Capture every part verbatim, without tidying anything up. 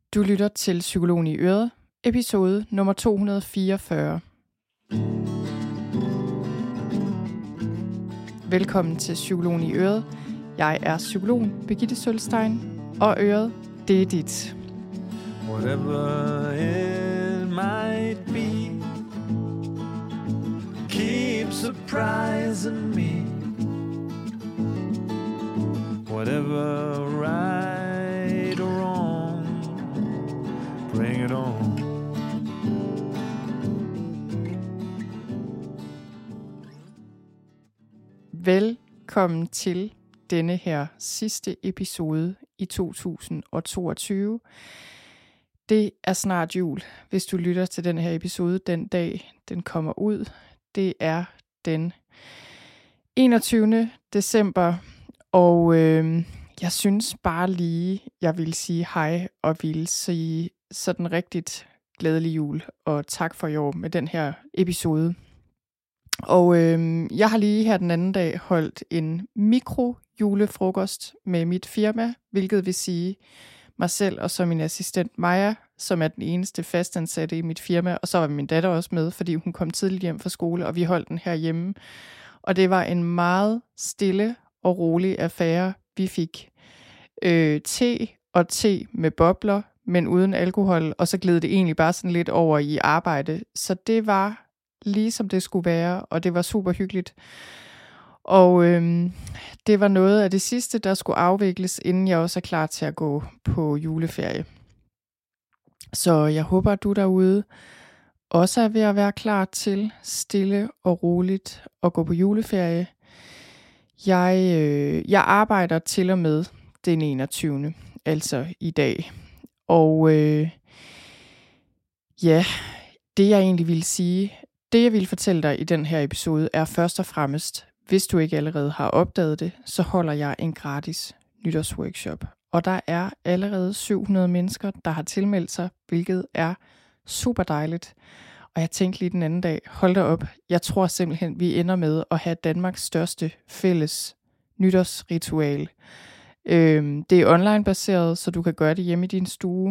Du lytter til Psykologen i Øret, episode nummer to hundrede fireogfyrre. Velkommen til Psykologen i Øret. Jeg er psykologen Birgitte Sølstein, og Øret, det er dit. Whatever it might be, keep surprising me. Whatever right or wrong, bring it on. Velkommen til denne her sidste episode i to tusind toogtyve. Det er snart jul, hvis du lytter til den her episode den dag, den kommer ud. Det er den enogtyvende december, og øh, jeg synes bare lige, jeg vil sige hej og vil sige sådan rigtigt glædelig jul og tak for i år med den her episode. Og øh, jeg har lige her den anden dag holdt en mikro-julefrokost med mit firma, hvilket vil sige mig selv og så min assistent Maja, som er den eneste fastansatte i mit firma. Og så var min datter også med, fordi hun kom tidligt hjem fra skole, og vi holdt den her hjemme. Og det var en meget stille og rolig affære. Vi fik øh, te og te med bobler, men uden alkohol, og så gled det egentlig bare sådan lidt over i arbejde. Så det var ligesom det skulle være, og det var super hyggeligt. Og øhm, det var noget af det sidste, der skulle afvikles, inden jeg også er klar til at gå på juleferie. Så jeg håber, at du derude også er ved at være klar til stille og roligt at gå på juleferie. Jeg, øh, jeg arbejder til og med den enogtyvende, altså i dag. Og øh, ja, det jeg egentlig ville sige, det jeg vil fortælle dig i den her episode, er først og fremmest, hvis du ikke allerede har opdaget det, så holder jeg en gratis nytårsworkshop. Og der er allerede syv hundrede mennesker, der har tilmeldt sig, hvilket er super dejligt. Og jeg tænkte lige den anden dag, hold da op, jeg tror simpelthen, vi ender med at have Danmarks største fælles nytårsritual. Øhm, det er online-baseret, så du kan gøre det hjemme i din stue.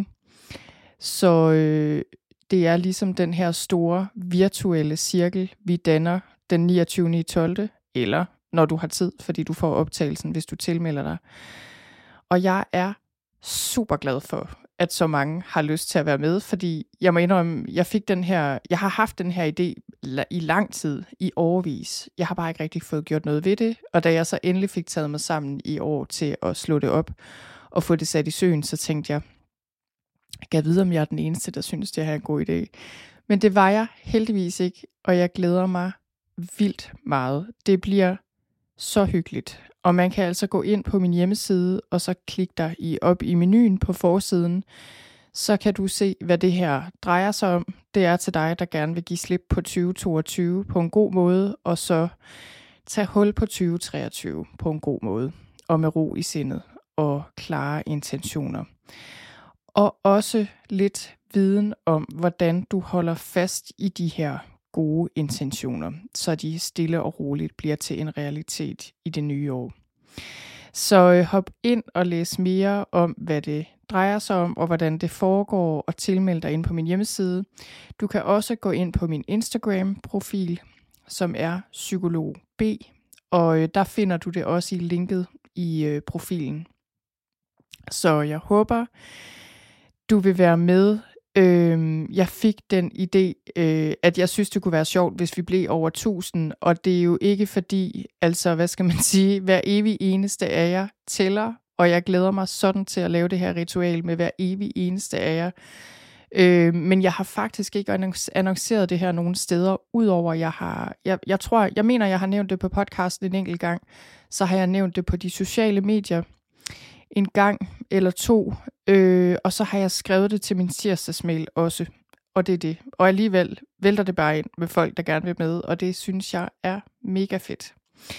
Så øh, det er ligesom den her store virtuelle cirkel, vi danner den niogtyvende tolvte eller når du har tid, fordi du får optagelsen, hvis du tilmelder dig. Og jeg er super glad for, at så mange har lyst til at være med, fordi jeg må indrømme, jeg fik den her, jeg har haft den her idé i lang tid, i årevis. Jeg har bare ikke rigtig fået gjort noget ved det, og da jeg så endelig fik taget mig sammen i år til at slå det op og få det sat i søen, så tænkte jeg, jeg kan vide, om jeg er den eneste, der synes, det her er en god idé. Men det var jeg heldigvis ikke, og jeg glæder mig vildt meget. Det bliver så hyggeligt. Og man kan altså gå ind på min hjemmeside, og så klikke dig i, op i menuen på forsiden. Så kan du se, hvad det her drejer sig om. Det er til dig, der gerne vil give slip på tyve toogtyve på en god måde, og så tage hul på tyve treogtyve på en god måde. Og med ro i sindet og klare intentioner. Og også lidt viden om, hvordan du holder fast i de her gode intentioner, så de stille og roligt bliver til en realitet i det nye år. Så øh, hop ind og læs mere om, hvad det drejer sig om, og hvordan det foregår, og tilmeld dig ind på min hjemmeside. Du kan også gå ind på min Instagram-profil, som er psykolog B, og øh, der finder du det også i linket i øh, profilen. Så jeg håber, du vil være med. Øh, jeg fik den idé, øh, at jeg synes, det kunne være sjovt, hvis vi blev over tusind, og det er jo ikke fordi, altså hvad skal man sige, hver evig eneste af jer tæller, og jeg glæder mig sådan til at lave det her ritual med hver evig eneste af jer. Øh, men jeg har faktisk ikke annonceret det her nogen steder, udover jeg har, jeg, jeg tror, jeg mener, jeg har nævnt det på podcasten en enkelt gang, så har jeg nævnt det på de sociale medier en gang eller to, øh, og så har jeg skrevet det til min tirsdagsmail også, og det er det. Og alligevel vælter det bare ind med folk, der gerne vil med, og det synes jeg er mega fedt.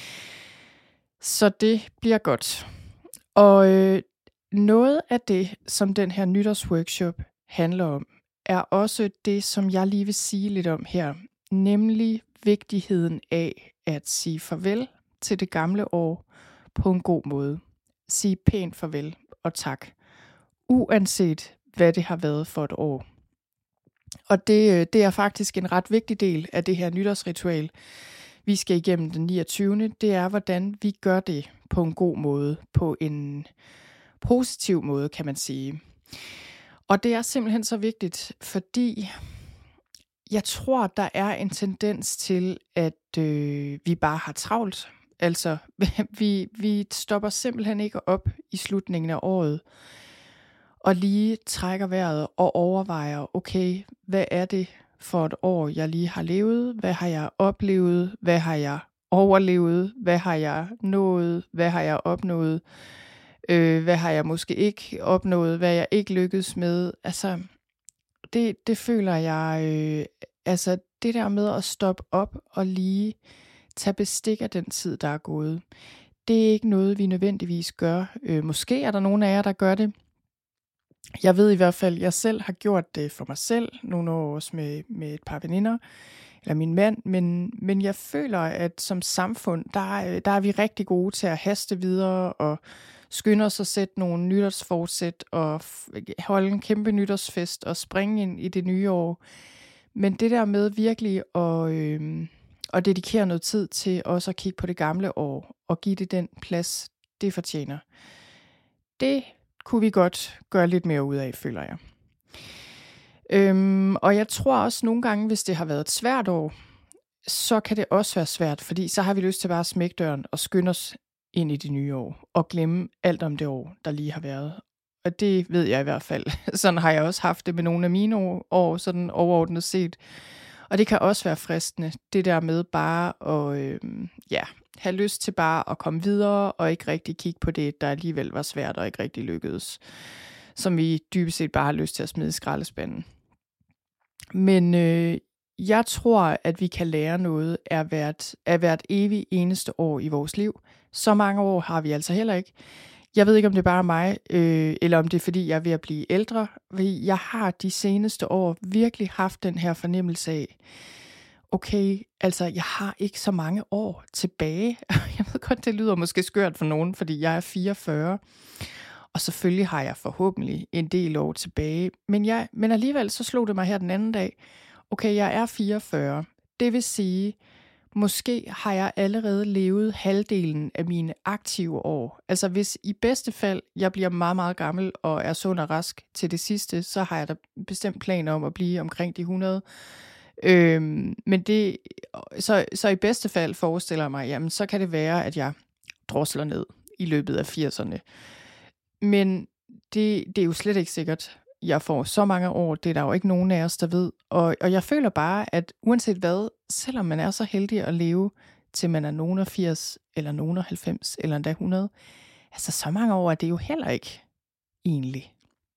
Så det bliver godt. Og øh, noget af det, som den her nytårsworkshop handler om, er også det, som jeg lige vil sige lidt om her, nemlig vigtigheden af at sige farvel til det gamle år på en god måde. Sige pænt farvel og tak, uanset hvad det har været for et år. Og det, det er faktisk en ret vigtig del af det her nytårsritual, vi skal igennem den niogtyvende Det er, hvordan vi gør det på en god måde, på en positiv måde, kan man sige. Og det er simpelthen så vigtigt, fordi jeg tror, der er en tendens til, at øh, vi bare har travlt. Altså, vi, vi stopper simpelthen ikke op i slutningen af året, og lige trækker vejret og overvejer, okay, hvad er det for et år, jeg lige har levet? Hvad har jeg oplevet? Hvad har jeg overlevet? Hvad har jeg nået? Hvad har jeg opnået? Øh, hvad har jeg måske ikke opnået? Hvad jeg ikke lykkedes med? Altså, det, det føler jeg, øh, altså det der med at stoppe op og lige tage bestik af den tid, der er gået. Det er ikke noget, vi nødvendigvis gør. Øh, måske er der nogen af jer, der gør det. Jeg ved i hvert fald, at jeg selv har gjort det for mig selv, nogle år også med, med et par veninder, eller min mand, men, men jeg føler, at som samfund, der, der er vi rigtig gode til at haste videre og skynde os at sætte nogle nytårsforsæt og holde en kæmpe nytårsfest og springe ind i det nye år. Men det der med virkelig at, øh, at dedikere noget tid til også at kigge på det gamle år og give det den plads, det fortjener, det kunne vi godt gøre lidt mere ud af, føler jeg. Øhm, og jeg tror også nogle gange, hvis det har været et svært år, så kan det også være svært, fordi så har vi lyst til bare at smække døren og skynde os ind i det nye år, og glemme alt om det år, der lige har været. Og det ved jeg i hvert fald. Sådan har jeg også haft det med nogle af mine år, år sådan overordnet set. Og det kan også være fristende, det der med bare at øh, ja, have lyst til bare at komme videre, og ikke rigtig kigge på det, der alligevel var svært og ikke rigtig lykkedes. Som vi dybest set bare har lyst til at smide i skraldespanden. Men øh, jeg tror, at vi kan lære noget af hvert, af hvert evig eneste år i vores liv. Så mange år har vi altså heller ikke. Jeg ved ikke, om det er bare mig, øh, eller om det er, fordi jeg er ved at blive ældre. Jeg har de seneste år virkelig haft den her fornemmelse af, okay, altså jeg har ikke så mange år tilbage. Jeg ved godt, det lyder måske skørt for nogen, fordi jeg er fireogfyrre. Og selvfølgelig har jeg forhåbentlig en del år tilbage. Men, jeg, men alligevel så slog det mig her den anden dag. Okay, jeg er fireogfyrre. Det vil sige, måske har jeg allerede levet halvdelen af mine aktive år. Altså hvis i bedste fald jeg bliver meget, meget gammel og er sund og rask til det sidste, så har jeg da bestemt planer om at blive omkring de hundrede. Øhm, men det, så, så i bedste fald forestiller jeg mig, jamen så kan det være, at jeg drosler ned i løbet af firserne. Men det, det er jo slet ikke sikkert, jeg får så mange år. Det er der jo ikke nogen af os, der ved. Og, og jeg føler bare, at uanset hvad, selvom man er så heldig at leve, til man er nogen af firs, eller nogen af halvfems, eller endda hundrede, altså så mange år er det jo heller ikke egentlig.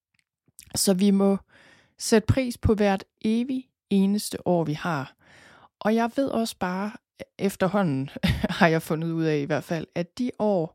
Så vi må sætte pris på hvert evig eneste år, vi har. Og jeg ved også bare, efterhånden har jeg fundet ud af i hvert fald, at de år,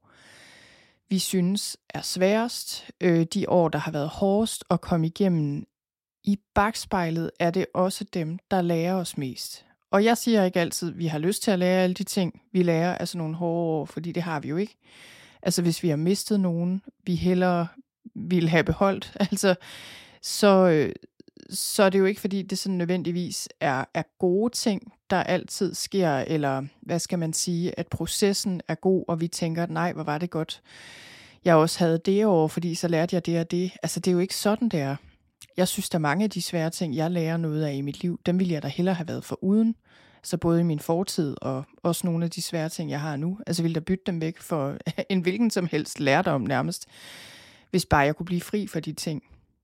vi synes er sværest, øh, de år, der har været hårdest at komme igennem, i bagspejlet er det også dem, der lærer os mest. Og jeg siger ikke altid, at vi har lyst til at lære alle de ting, vi lærer af sådan nogle hårde år, fordi det har vi jo ikke. Altså hvis vi har mistet nogen, vi hellere ville have beholdt, altså, så, øh, så er det jo ikke, fordi det sådan nødvendigvis er, er gode ting, der altid sker, eller hvad skal man sige, at processen er god, og vi tænker, nej, hvor var det godt, jeg også havde det år, fordi så lærte jeg det og det. Altså det er jo ikke sådan, det er. Jeg synes, der er mange af de svære ting, jeg lærer noget af i mit liv, dem ville jeg da hellere have været foruden. Så både i min fortid, og også nogle af de svære ting, jeg har nu. Altså ville der bytte dem væk for en hvilken som helst lærdom nærmest, hvis bare jeg kunne blive fri for de ting.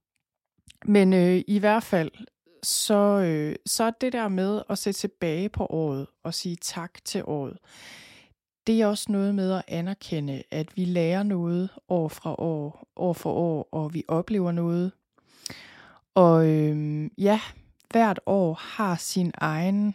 Men øh, i hvert fald, så, øh, så er det der med at se tilbage på året og sige tak til året. Det er også noget med at anerkende, at vi lærer noget år fra år, år for år, og vi oplever noget. Og øh, ja, hvert år har sin egen,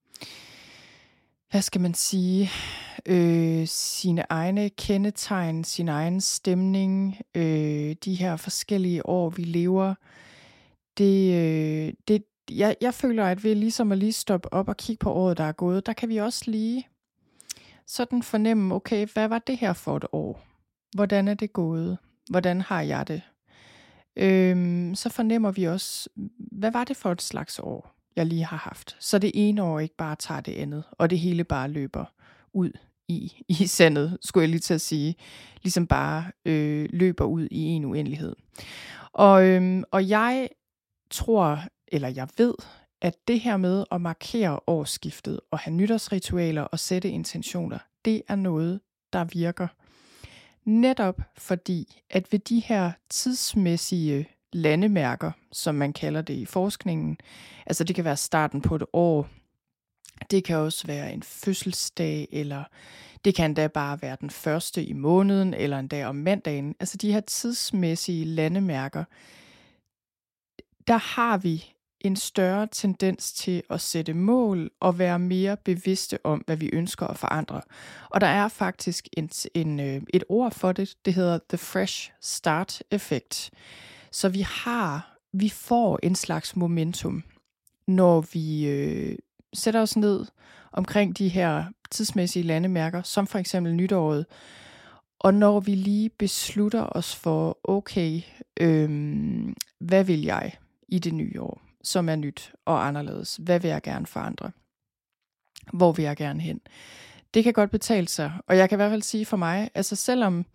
hvad skal man sige, øh, sine egne kendetegn, sin egen stemning, øh, de her forskellige år, vi lever. Det, øh, det, jeg, jeg føler, at ved ligesom at lige stoppe op og kigge på året, der er gået, der kan vi også lige sådan fornemme, okay, hvad var det her for et år? Hvordan er det gået? Hvordan har jeg det? øhm, så fornemmer vi også, hvad var det for et slags år, jeg lige har haft. Så det ene år ikke bare tager det andet, og det hele bare løber ud i, i sandet, skulle jeg lige til at sige. Ligesom bare øh, løber ud i en uendelighed. Og, øhm, og jeg tror, eller jeg ved, at det her med at markere årsskiftet og have nytårsritualer og sætte intentioner, det er noget, der virker. Netop fordi, at ved de her tidsmæssige landemærker, som man kalder det i forskningen, altså det kan være starten på et år, det kan også være en fødselsdag, eller det kan endda bare være den første i måneden, eller en dag om mandagen. Altså de her tidsmæssige landemærker, der har vi en større tendens til at sætte mål og være mere bevidste om, hvad vi ønsker at forandre. Og der er faktisk en, en, et ord for det, det hedder the fresh start effect. Så vi har, vi får en slags momentum, når vi øh, sætter os ned omkring de her tidsmæssige landemærker, som for eksempel nytåret, og når vi lige beslutter os for, okay, øh, hvad vil jeg i det nye år, som er nyt og anderledes? Hvad vil jeg gerne forandre? Hvor vil jeg gerne hen? Det kan godt betale sig, og jeg kan i hvert fald sige for mig, altså selvom,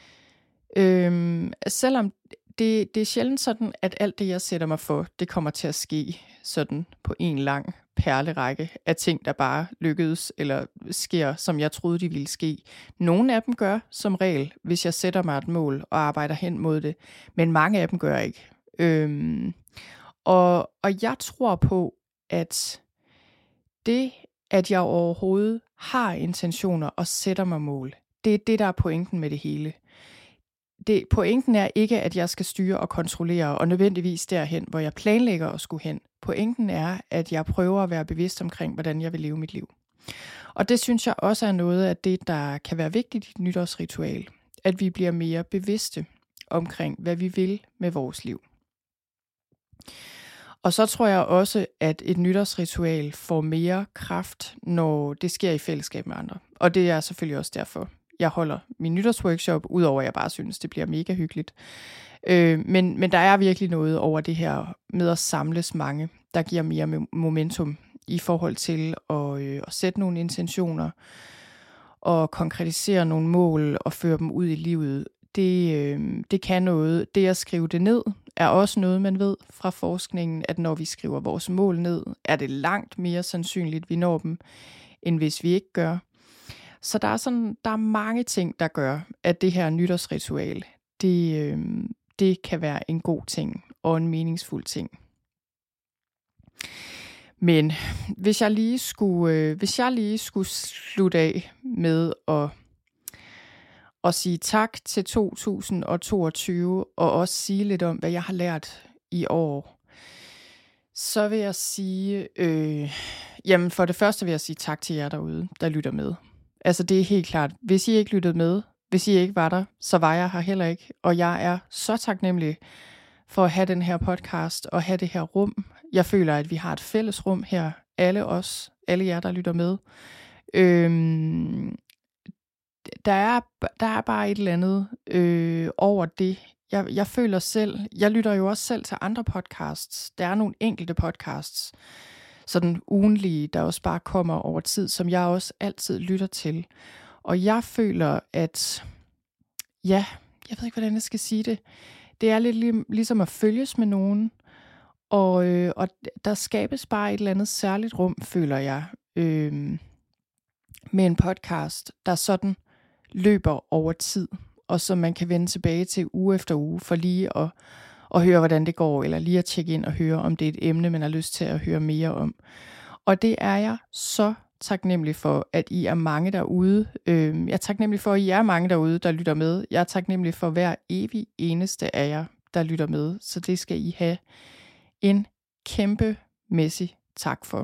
øhm, selvom det, det er sjældent sådan, at alt det, jeg sætter mig for, det kommer til at ske sådan på en lang perlerække af ting, der bare lykkedes eller sker, som jeg troede, de ville ske. Nogle af dem gør som regel, hvis jeg sætter mig et mål og arbejder hen mod det, men mange af dem gør ikke. Øhm, Og, og jeg tror på, at det, at jeg overhovedet har intentioner og sætter mig mål, det er det, der er pointen med det hele. Det, pointen er ikke, at jeg skal styre og kontrollere, og nødvendigvis derhen, hvor jeg planlægger at skulle hen. Pointen er, at jeg prøver at være bevidst omkring, hvordan jeg vil leve mit liv. Og det synes jeg også er noget af det, der kan være vigtigt i et nytårsritual. At vi bliver mere bevidste omkring, hvad vi vil med vores liv. Og så tror jeg også, at et nytårsritual får mere kraft, når det sker i fællesskab med andre. Og det er selvfølgelig også derfor, jeg holder min nytårsworkshop, udover at jeg bare synes, det bliver mega hyggeligt. Øh, men, men der er virkelig noget over det her med at samles mange, der giver mere momentum i forhold til at, øh, at sætte nogle intentioner og konkretisere nogle mål og føre dem ud i livet. Det, øh, det kan noget. Det at skrive det ned er også noget, man ved fra forskningen, at når vi skriver vores mål ned, er det langt mere sandsynligt, at vi når dem, end hvis vi ikke gør. Så der er, sådan, der er mange ting, der gør, at det her nytårsritual, det, øh, det kan være en god ting og en meningsfuld ting. Men hvis jeg lige skulle, øh, hvis jeg lige skulle slutte af med at Og sige tak til to tusind toogtyve, og også sige lidt om, hvad jeg har lært i år. Så vil jeg sige, øh, jamen for det første vil jeg sige tak til jer derude, der lytter med. Altså det er helt klart, hvis I ikke lyttede med, hvis I ikke var der, så var jeg her heller ikke. Og jeg er så taknemmelig for at have den her podcast og have det her rum. Jeg føler, at vi har et fælles rum her, alle os, alle jer, der lytter med. Øh, Der er, der er bare et eller andet øh, over det. Jeg, jeg føler selv, jeg lytter jo også selv til andre podcasts. Der er nogle enkelte podcasts, sådan ugenlige, der også bare kommer over tid, som jeg også altid lytter til. Og jeg føler, at, ja, jeg ved ikke, hvordan jeg skal sige det. Det er lidt lig, ligesom at følges med nogen, og, øh, og der skabes bare et eller andet særligt rum, føler jeg, øh, med en podcast, der sådan løber over tid, og som man kan vende tilbage til uge efter uge, for lige at, at høre, hvordan det går, eller lige at tjekke ind og høre, om det er et emne, man har lyst til at høre mere om. Og det er jeg så taknemmelig for, at I er mange derude. Jeg er taknemmelig for, at I er mange derude, der lytter med. Jeg er taknemmelig for hver evig eneste af jer, der lytter med. Så det skal I have en kæmpemæssig tak for.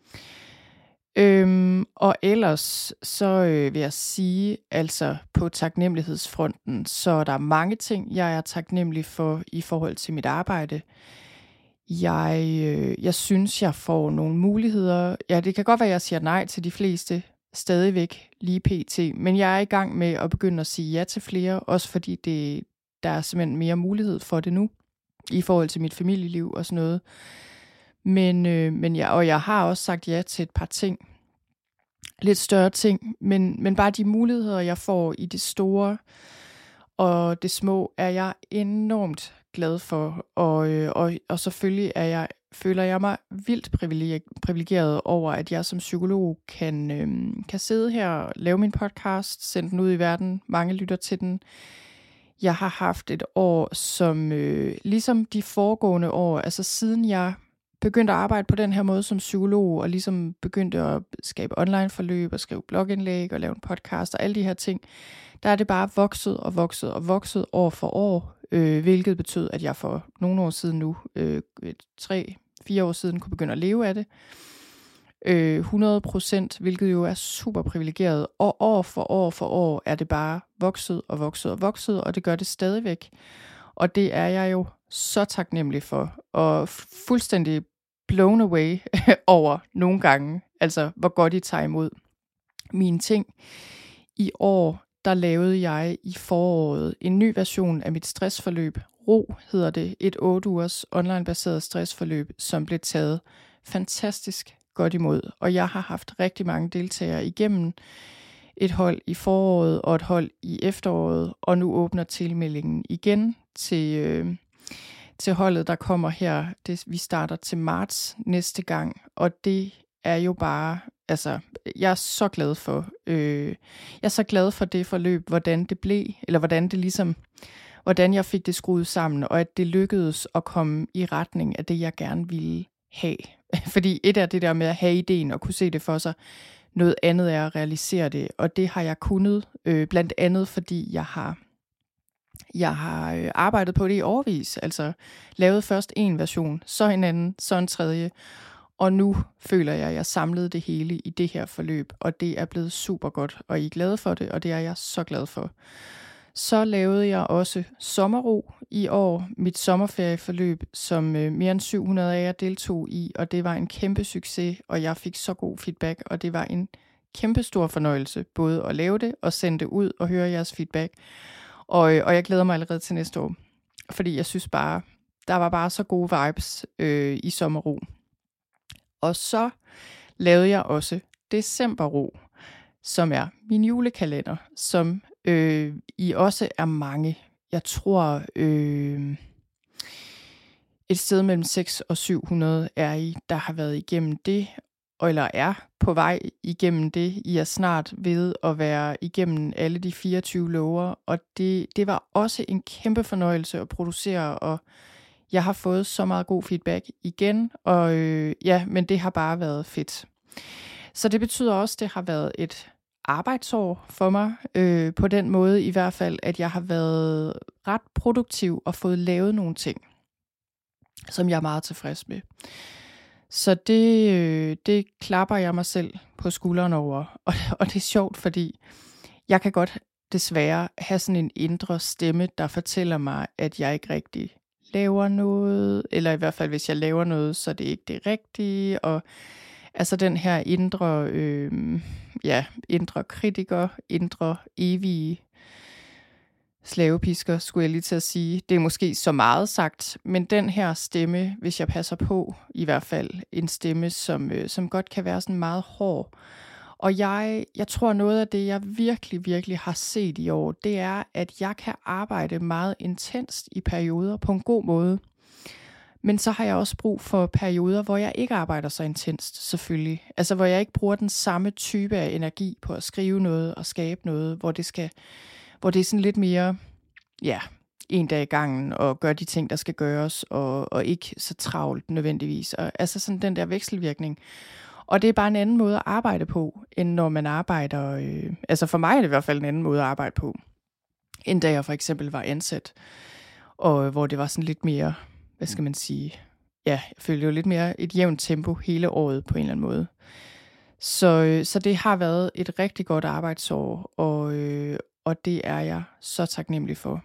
Øhm, og ellers så øh, vil jeg sige, altså på taknemmelighedsfronten, så er der mange ting, jeg er taknemmelig for i forhold til mit arbejde. Jeg, øh, jeg synes, jeg får nogle muligheder. Ja, det kan godt være, at jeg siger nej til de fleste stadigvæk lige pt. Men jeg er i gang med at begynde at sige ja til flere, også fordi det, der er simpelthen mere mulighed for det nu. i forhold til mit familieliv og sådan noget. Men, øh, men jeg, og jeg har også sagt ja til et par ting, lidt større ting, men, men bare de muligheder, jeg får i det store og det små, er jeg enormt glad for. Og, øh, og, og selvfølgelig er jeg, føler jeg mig vildt privilegeret over, at jeg som psykolog kan, øh, kan sidde her og lave min podcast, sende den ud i verden. Mange lytter til den. Jeg har haft et år, som øh, ligesom de foregående år, altså siden jeg begyndte at arbejde på den her måde som psykolog, og ligesom begyndte at skabe online-forløb, og skrive blogindlæg, og lave en podcast, og alle de her ting, der er det bare vokset og vokset og vokset år for år, øh, hvilket betød, at jeg for nogle år siden nu, øh, tre, fire år siden, kunne begynde at leve af det. Øh, hundrede procent, hvilket jo er super privilegeret, og år for år for år er det bare vokset og vokset og vokset, og det gør det stadigvæk. Og det er jeg jo så taknemmelig for, og fuldstændig blown away over nogle gange, altså hvor godt I tager imod mine ting. I år, der lavede jeg i foråret en ny version af mit stressforløb. Ro hedder det, et otte ugers online-baseret stressforløb, som blev taget fantastisk godt imod. Og jeg har haft rigtig mange deltagere igennem, et hold i foråret og et hold i efteråret, og nu åbner tilmeldingen igen til, øh, til holdet, der kommer her. Det, vi starter til marts næste gang, og det er jo bare, altså, jeg er så glad for, øh, jeg er så glad for det forløb, hvordan det blev, eller hvordan det ligesom, hvordan jeg fik det skruet sammen, og at det lykkedes at komme i retning af det, jeg gerne ville have. Fordi et er det der med at have ideen og kunne se det for sig, noget andet er at realisere det, og det har jeg kunnet, øh, blandt andet fordi jeg har, jeg har øh, arbejdet på det i årevis, altså lavet først en version, så en anden, så en tredje, og nu føler jeg, at jeg samlede det hele i det her forløb, og det er blevet super godt, og I er glade for det, og det er jeg så glad for. Så lavede jeg også sommerro i år, mit sommerferieforløb, som øh, mere end syv hundrede af jer deltog i, og det var en kæmpe succes, og jeg fik så god feedback, og det var en kæmpe stor fornøjelse, både at lave det og sende det ud og høre jeres feedback. Og, øh, og jeg glæder mig allerede til næste år, fordi jeg synes bare, der var bare så gode vibes øh, i sommerro. Og så lavede jeg også decemberro, som er min julekalender, som øh, I også er mange. Jeg tror, øh, et sted mellem seks og syv hundrede er I, der har været igennem det, eller er på vej igennem det. I er snart ved at være igennem alle de fireogtyve lover, og det, det var også en kæmpe fornøjelse at producere, og jeg har fået så meget god feedback igen, og øh, ja, men det har bare været fedt. Så det betyder også, at det har været et arbejdsår for mig, øh, på den måde i hvert fald, at jeg har været ret produktiv og fået lavet nogle ting, som jeg er meget tilfreds med. Så det, øh, det klapper jeg mig selv på skulderen over, og, og det er sjovt, fordi jeg kan godt desværre have sådan en indre stemme, der fortæller mig, at jeg ikke rigtig laver noget, eller i hvert fald hvis jeg laver noget, så er det ikke det rigtige, og altså den her indre, øh, ja, indre kritiker, indre evige slavepisker, skulle jeg lige til at sige. Det er måske så meget sagt, men den her stemme, hvis jeg passer på, i hvert fald en stemme, som, øh, som godt kan være sådan meget hård. Og jeg, jeg tror noget af det, jeg virkelig, virkelig har set i år, det er, at jeg kan arbejde meget intenst i perioder på en god måde. Men så har jeg også brug for perioder, hvor jeg ikke arbejder så intenst, selvfølgelig. Altså, hvor jeg ikke bruger den samme type af energi på at skrive noget og skabe noget, hvor det skal, hvor det er sådan lidt mere, ja, en dag i gangen, og gøre de ting, der skal gøres, og, og ikke så travlt nødvendigvis. Og, altså sådan den der vekselvirkning. Og det er bare en anden måde at arbejde på, end når man arbejder, øh, altså for mig er det i hvert fald en anden måde at arbejde på, end da jeg for eksempel var ansat, og hvor det var sådan lidt mere, hvad skal man sige, ja, jeg følte jo lidt mere et jævnt tempo hele året på en eller anden måde. Så, så det har været et rigtig godt arbejdsår, og, øh, og det er jeg så taknemmelig for.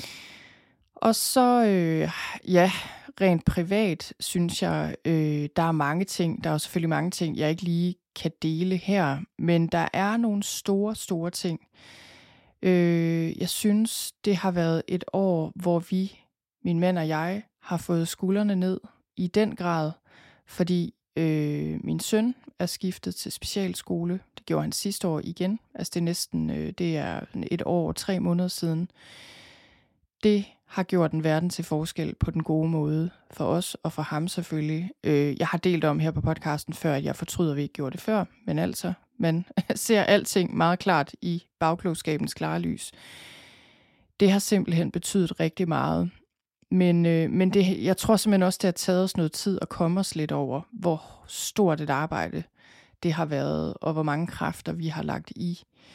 Og så, øh, ja, rent privat synes jeg, øh, der er mange ting, der er selvfølgelig mange ting, jeg ikke lige kan dele her, men der er nogle store, store ting. Øh, jeg synes, det har været et år, hvor vi, min mand og jeg, har fået skuldrene ned i den grad, fordi øh, min søn er skiftet til specialskole. Det gjorde han sidste år igen. Altså det er næsten øh, det er et år og tre måneder siden. Det har gjort en verden til forskel på den gode måde for os og for ham selvfølgelig. Øh, jeg har delt om her på podcasten før, at jeg fortryder, at vi ikke gjorde det før, men altså, man ser alting meget klart i bagklogskabens klare lys. Det har simpelthen betydet rigtig meget. Men, øh, men det, jeg tror simpelthen også, det har taget os noget tid at komme os lidt over, hvor stort et arbejde det har været, og hvor mange kræfter vi har lagt i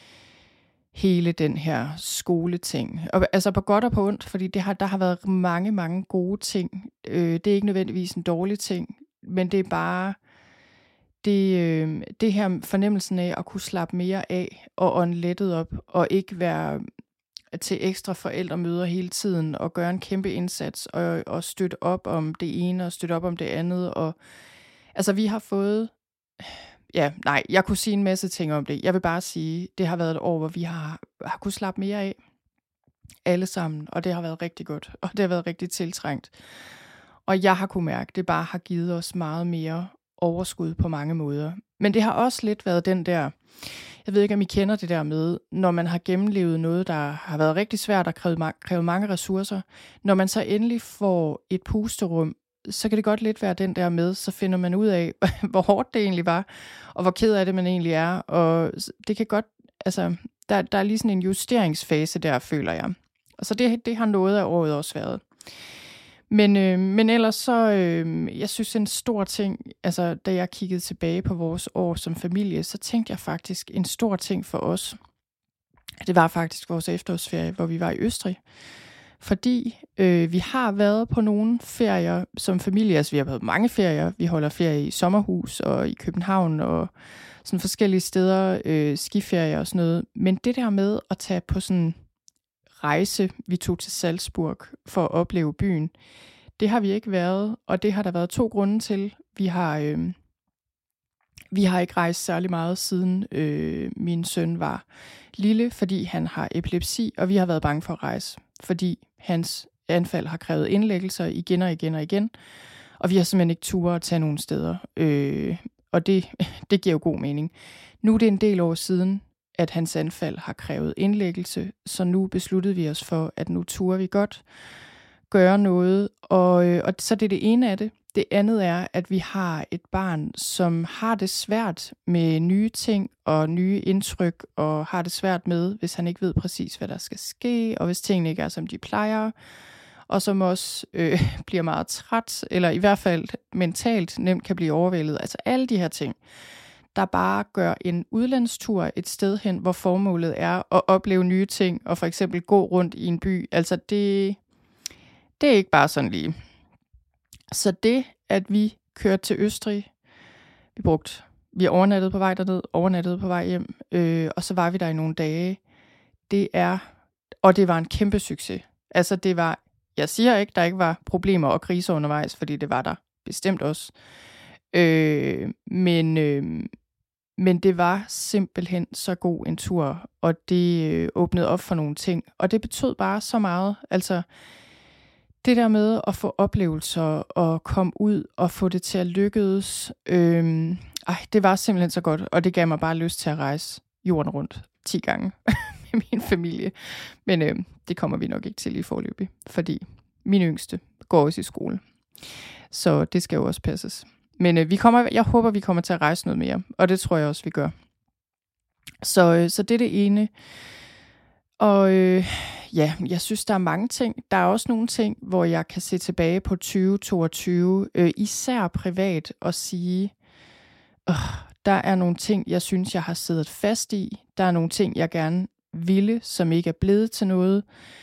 hele den her skoleting. Og, altså på godt og på ondt, fordi det har, der har været mange, mange gode ting. Øh, det er ikke nødvendigvis en dårlig ting, men det er bare det, øh, det her fornemmelsen af at kunne slappe mere af og ånde lettet op, og ikke være til ekstra forældremøder hele tiden, og gøre en kæmpe indsats, og, og støtte op om det ene, og støtte op om det andet. Og, altså vi har fået... Ja, nej, jeg kunne sige en masse ting om det. Jeg vil bare sige, det har været et år, hvor vi har, har kunnet slappe mere af. Alle sammen, og det har været rigtig godt, og det har været rigtig tiltrængt. Og jeg har kunnet mærke, det bare har givet os meget mere overskud på mange måder. Men det har også lidt været den der, jeg ved ikke, om I kender det der med, når man har gennemlevet noget, der har været rigtig svært og krævet, krævet mange ressourcer. Når man så endelig får et pusterum, så kan det godt lidt være den der med, så finder man ud af, hvor hårdt det egentlig var, og hvor ked af det man egentlig er. Og det kan godt, altså, der, der er lige sådan en justeringsfase der, føler jeg. Og så det, det har noget af året også været. Men, øh, men ellers så, øh, jeg synes en stor ting, altså da jeg kiggede tilbage på vores år som familie, så tænkte jeg faktisk en stor ting for os. Det var faktisk vores efterårsferie, hvor vi var i Østrig. Fordi øh, vi har været på nogle ferier som familie, altså vi har været på mange ferier. Vi holder ferie i sommerhus og i København og sådan forskellige steder, øh, skiferier og sådan noget. Men det der med at tage på sådan rejse, vi tog til Salzburg for at opleve byen, det har vi ikke været, og det har der været to grunde til. Vi har, øh, vi har ikke rejst særlig meget siden øh, min søn var lille, fordi han har epilepsi, og vi har været bange for at rejse, fordi hans anfald har krævet indlæggelser igen og igen og igen, og vi har simpelthen ikke turet at tage nogen steder, øh, og det, det giver jo god mening. Nu er det en del år siden, at hans anfald har krævet indlæggelse, så nu besluttede vi os for, at nu turer vi godt, gøre noget, og, øh, og så det er det ene af det. Det andet er, at vi har et barn, som har det svært med nye ting og nye indtryk, og har det svært med, hvis han ikke ved præcis, hvad der skal ske, og hvis tingene ikke er, som de plejer, og som også øh, bliver meget træt, eller i hvert fald mentalt nemt kan blive overvældet. Altså alle de her ting, der bare gør en udlandstur et sted hen, hvor formålet er at opleve nye ting, og for eksempel gå rundt i en by. Altså det, det er ikke bare sådan lige. Så det, at vi kørte til Østrig, vi brugte, vi overnattede på vej derned, overnattede på vej hjem, øh, og så var vi der i nogle dage. Det er, og det var en kæmpe succes. Altså det var, jeg siger ikke, der ikke var problemer og kriser undervejs, fordi det var der bestemt også. Øh, men, øh, men det var simpelthen så god en tur, og det øh, åbnede op for nogle ting, og det betød bare så meget. Altså det der med at få oplevelser og komme ud og få det til at lykkes, øh, ej, det var simpelthen så godt, og det gav mig bare lyst til at rejse jorden rundt ti gange med min familie. Men øh, det kommer vi nok ikke til i forløbig, fordi min yngste går også i skole. Så det skal jo også passes. Men øh, vi kommer, jeg håber, vi kommer til at rejse noget mere, og det tror jeg også, vi gør. Så, øh, så det er det ene. Og øh, ja, jeg synes, der er mange ting. Der er også nogle ting, hvor jeg kan se tilbage på tyve toogtyve, øh, især privat, og sige, øh, der er nogle ting, jeg synes, jeg har siddet fast i. Der er nogle ting, jeg gerne ville, som ikke er blevet til noget.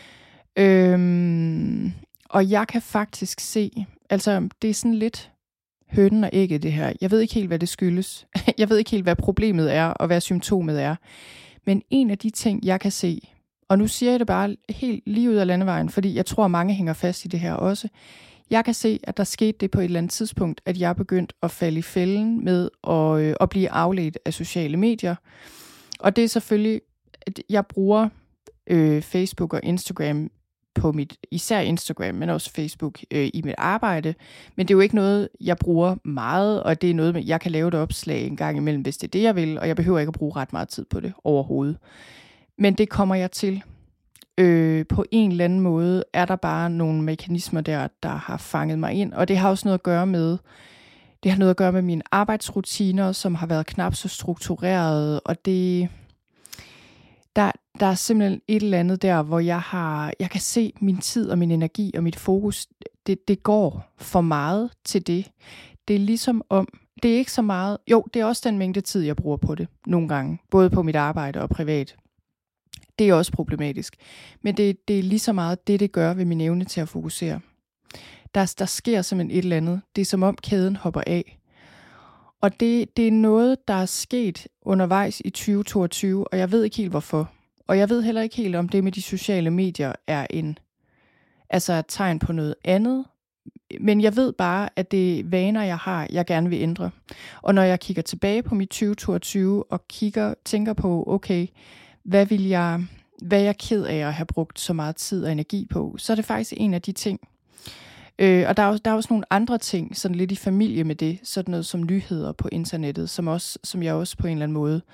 Øh, og jeg kan faktisk se, altså det er sådan lidt hønen og ægget det her. Jeg ved ikke helt, hvad det skyldes. Jeg ved ikke helt, hvad problemet er, og hvad symptomet er. Men en af de ting, jeg kan se, og nu siger jeg det bare helt lige ud af landevejen, fordi jeg tror, mange hænger fast i det her også. Jeg kan se, at der skete det på et eller andet tidspunkt, at jeg er begyndt at falde i fælden med at, øh, at blive afledt af sociale medier. Og det er selvfølgelig, at jeg bruger øh, Facebook og Instagram på mit, især Instagram, men også Facebook øh, i mit arbejde. Men det er jo ikke noget, jeg bruger meget, og det er noget, jeg kan lave et opslag en gang imellem, hvis det er det, jeg vil, og jeg behøver ikke at bruge ret meget tid på det overhovedet. Men det kommer jeg til. Øh, på en eller anden måde er der bare nogle mekanismer der, der har fanget mig ind, og det har også noget at gøre med, det har noget at gøre med mine arbejdsrutiner, som har været knap så struktureret, og det, der, der er simpelthen et eller andet der, hvor jeg har, jeg kan se min tid og min energi og mit fokus, det, det går for meget til det. Det er ligesom om, det er ikke så meget, jo, det er også den mængde tid, jeg bruger på det nogle gange, både på mit arbejde og privat. Det er også problematisk. Men det, det er lige så meget det, det gør ved min evne til at fokusere. Der, der sker simpelthen et eller andet. Det er som om kæden hopper af. Og det, det er noget, der er sket undervejs i tyve toogtyve, og jeg ved ikke helt hvorfor. Og jeg ved heller ikke helt, om det med de sociale medier er en, altså et tegn på noget andet. Men jeg ved bare, at det er vaner, jeg har, jeg gerne vil ændre. Og når jeg kigger tilbage på mit tyve toogtyve og kigger, tænker på, okay, hvad vil jeg, hvad er jeg ked af at have brugt så meget tid og energi på, så er det faktisk en af de ting. Øh, og der er, også, der er også nogle andre ting, sådan lidt i familie med det, sådan noget som nyheder på internettet, som, også, som jeg også på en eller anden måde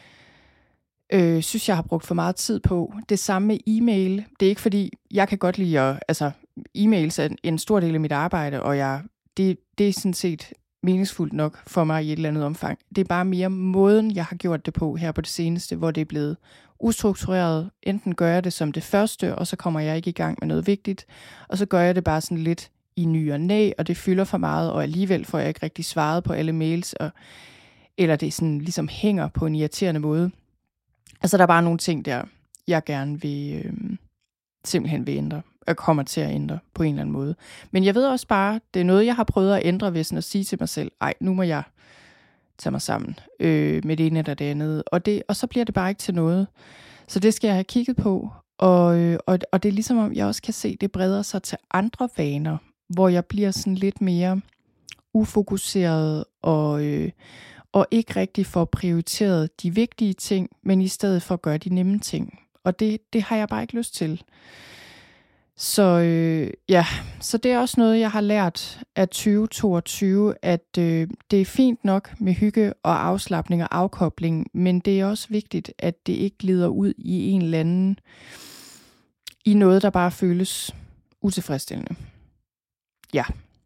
øh, synes, jeg har brugt for meget tid på. Det samme med e-mail. Det er ikke fordi, jeg kan godt lide at, altså e-mails er en stor del af mit arbejde, og jeg, det, det er sådan set meningsfuldt nok for mig i et eller andet omfang. Det er bare mere måden, jeg har gjort det på her på det seneste, hvor det er blevet ustruktureret. Enten gør jeg det som det første, og så kommer jeg ikke i gang med noget vigtigt, og så gør jeg det bare sådan lidt i ny og næ, og det fylder for meget, og alligevel får jeg ikke rigtig svaret på alle mails, og, eller det sådan ligesom hænger på en irriterende måde. Altså der er bare nogle ting der, jeg gerne vil øh, simpelthen vil ændre, og kommer til at ændre på en eller anden måde. Men jeg ved også bare, det er noget, jeg har prøvet at ændre ved sådan at sige til mig selv, ej, nu må jeg tage mig sammen øh, med det ene eller det andet. Og, det, og så bliver det bare ikke til noget. Så det skal jeg have kigget på. Og, øh, og, og det er ligesom om, jeg også kan se, det breder sig til andre vaner, hvor jeg bliver sådan lidt mere ufokuseret og, øh, og ikke rigtig får prioriteret de vigtige ting, men i stedet for at gøre de nemme ting. Og det, det har jeg bare ikke lyst til. Så øh, ja, så det er også noget, jeg har lært af tyve toogtyve, at øh, det er fint nok med hygge og afslapning og afkobling, men det er også vigtigt, at det ikke glider ud i en eller anden, i noget, der bare føles utilfredsstillende. Ja.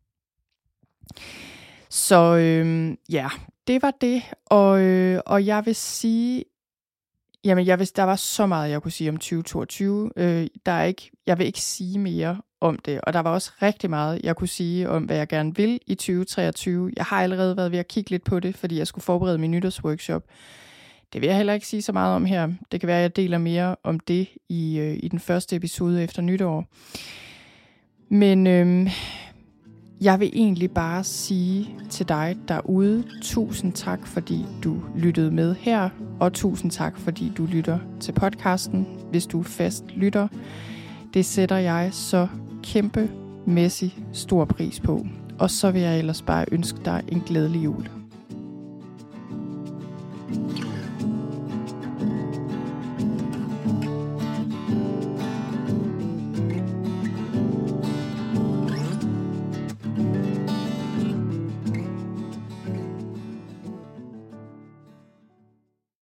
Så øh, ja, det var det, og, øh, og jeg vil sige, jamen, jeg vidste, der var så meget, jeg kunne sige om tyve toogtyve. Øh, der er ikke, jeg vil ikke sige mere om det, og der var også rigtig meget, jeg kunne sige om, hvad jeg gerne vil i tyve treogtyve. Jeg har allerede været ved at kigge lidt på det, fordi jeg skulle forberede min nytårsworkshop. Det vil jeg heller ikke sige så meget om her. Det kan være, at jeg deler mere om det i, øh, i den første episode efter nytår. Men øh, jeg vil egentlig bare sige til dig derude, tusind tak, fordi du lyttede med her, og tusind tak, fordi du lytter til podcasten, hvis du fast lytter. Det sætter jeg så kæmpemæssig stor pris på. Og så vil jeg ellers bare ønske dig en glædelig jul.